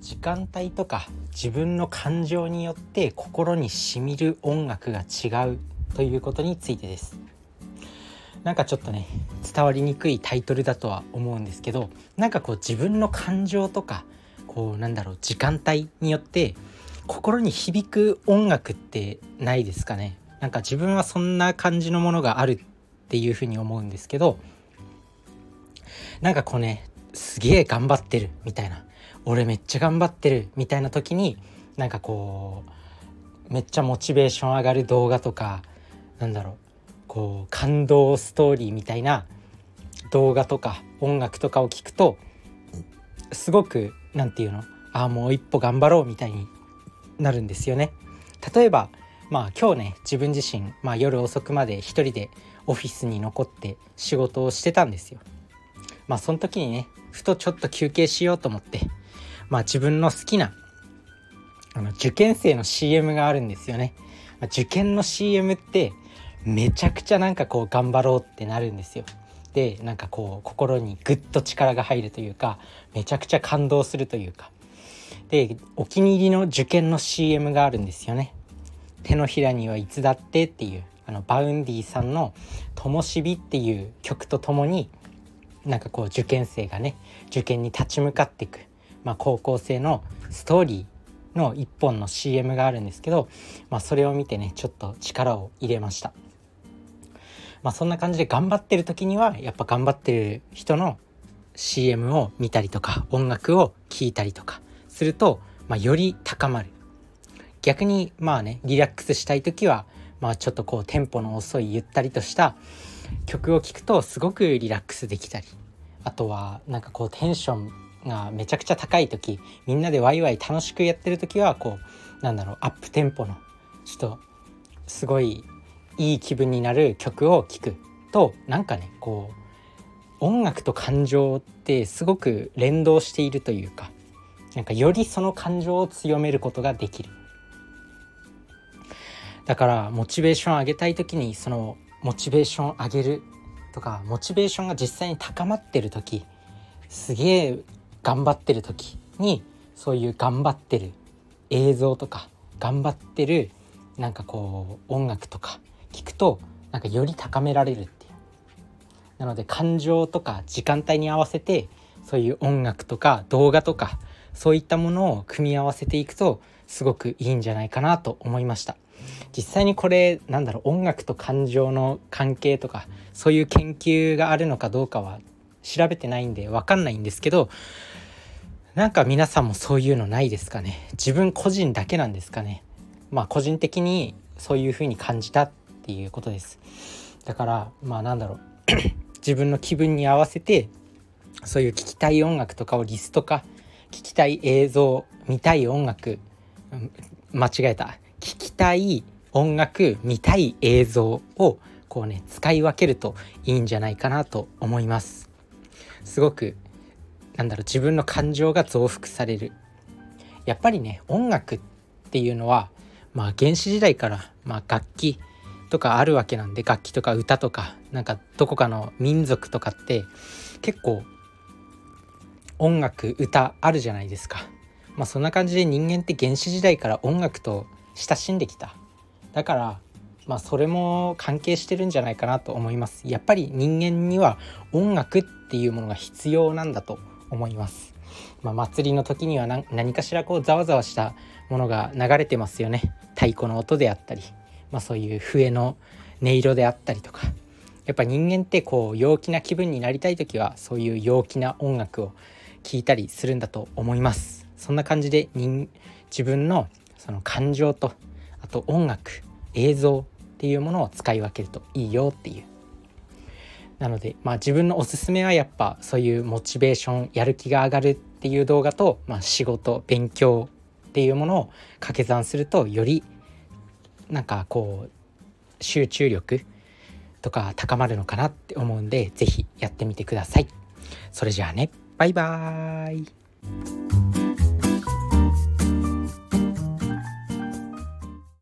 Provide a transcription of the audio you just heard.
時間帯とか自分の感情によって心に染みる音楽が違うということについてです。なんかちょっとね伝わりにくいタイトルだとは思うんですけど、なんかこう自分の感情とか時間帯によって心に響く音楽ってないですかね。なんか自分はそんな感じのものがあるっていうふうに思うんですけど、なんかこうねすげえ頑張ってるみたいな、俺めっちゃ頑張ってるみたいな時になんかこうめっちゃモチベーション上がる動画とか、感動ストーリーみたいな動画とか音楽とかを聞くとすごくもう一歩頑張ろうみたいになるんですよね。例えば今日ね自分自身、夜遅くまで一人でオフィスに残って仕事をしてたんですよ。その時にねふとちょっと休憩しようと思って、自分の好きな受験生の CM があるんですよね。受験の CM ってめちゃくちゃ頑張ろうってなるんですよ。で心にグッと力が入るというか、めちゃくちゃ感動するというかで、お気に入りの受験の CM があるんですよね。手のひらにはいつだってっていうバウンディさんのともしびっていう曲とともに受験生がね受験に立ち向かっていく、高校生のストーリーの一本の CM があるんですけど、それを見てねちょっと力を入れました。そんな感じで頑張ってる時にはやっぱ頑張ってる人の CM を見たりとか音楽を聴いたりとかすると、より高まる。逆にリラックスしたい時はちょっとテンポの遅いゆったりとした曲を聴くとすごくリラックスできたり、あとはテンションがめちゃくちゃ高い時、みんなでワイワイ楽しくやってる時はアップテンポのちょっとすごいいい気分になる曲を聴くと音楽と感情ってすごく連動しているというか、よりその感情を強めることができる。だからモチベーション上げたい時にそのモチベーション上げるとか、モチベーションが実際に高まってる時、すげえ頑張ってる時にそういう頑張ってる映像とか頑張ってる音楽とか聞くとより高められるっていう。なので感情とか時間帯に合わせてそういう音楽とか動画とかそういったものを組み合わせていくとすごくいいんじゃないかなと思いました。実際にこれ音楽と感情の関係とかそういう研究があるのかどうかは調べてないんで分かんないんですけど、皆さんもそういうのないですかね。自分個人だけなんですかね。個人的にそういう風に感じたっていうことです。だから自分の気分に合わせてそういう聴きたい音楽とかをリスト化、聴きたい映像、見たい音楽、間違えた、聴きたい音楽、見たい映像を使い分けるといいんじゃないかなと思います。すごく自分の感情が増幅される。やっぱりね音楽っていうのは原始時代から楽器とかあるわけなんで、楽器とか歌とかどこかの民族とかって結構音楽歌あるじゃないですか。そんな感じで人間って原始時代から音楽と親しんできた。だからそれも関係してるんじゃないかなと思います。やっぱり人間には音楽っていうものが必要なんだと思います。祭りの時には何かしらざわざわしたものが流れてますよね。太鼓の音であったり、そういう笛の音色であったりとか、やっぱ人間って陽気な気分になりたい時はそういう陽気な音楽を聴いたりするんだと思います。そんな感じで自分のその感情とあと音楽、映像っていうものを使い分けるといいよっていう。なので自分のおすすめはやっぱそういうモチベーション、やる気が上がるっていう動画と、仕事、勉強っていうものを掛け算するとより集中力とか高まるのかなって思うんで、ぜひやってみてください。それじゃあね、バイバーイ。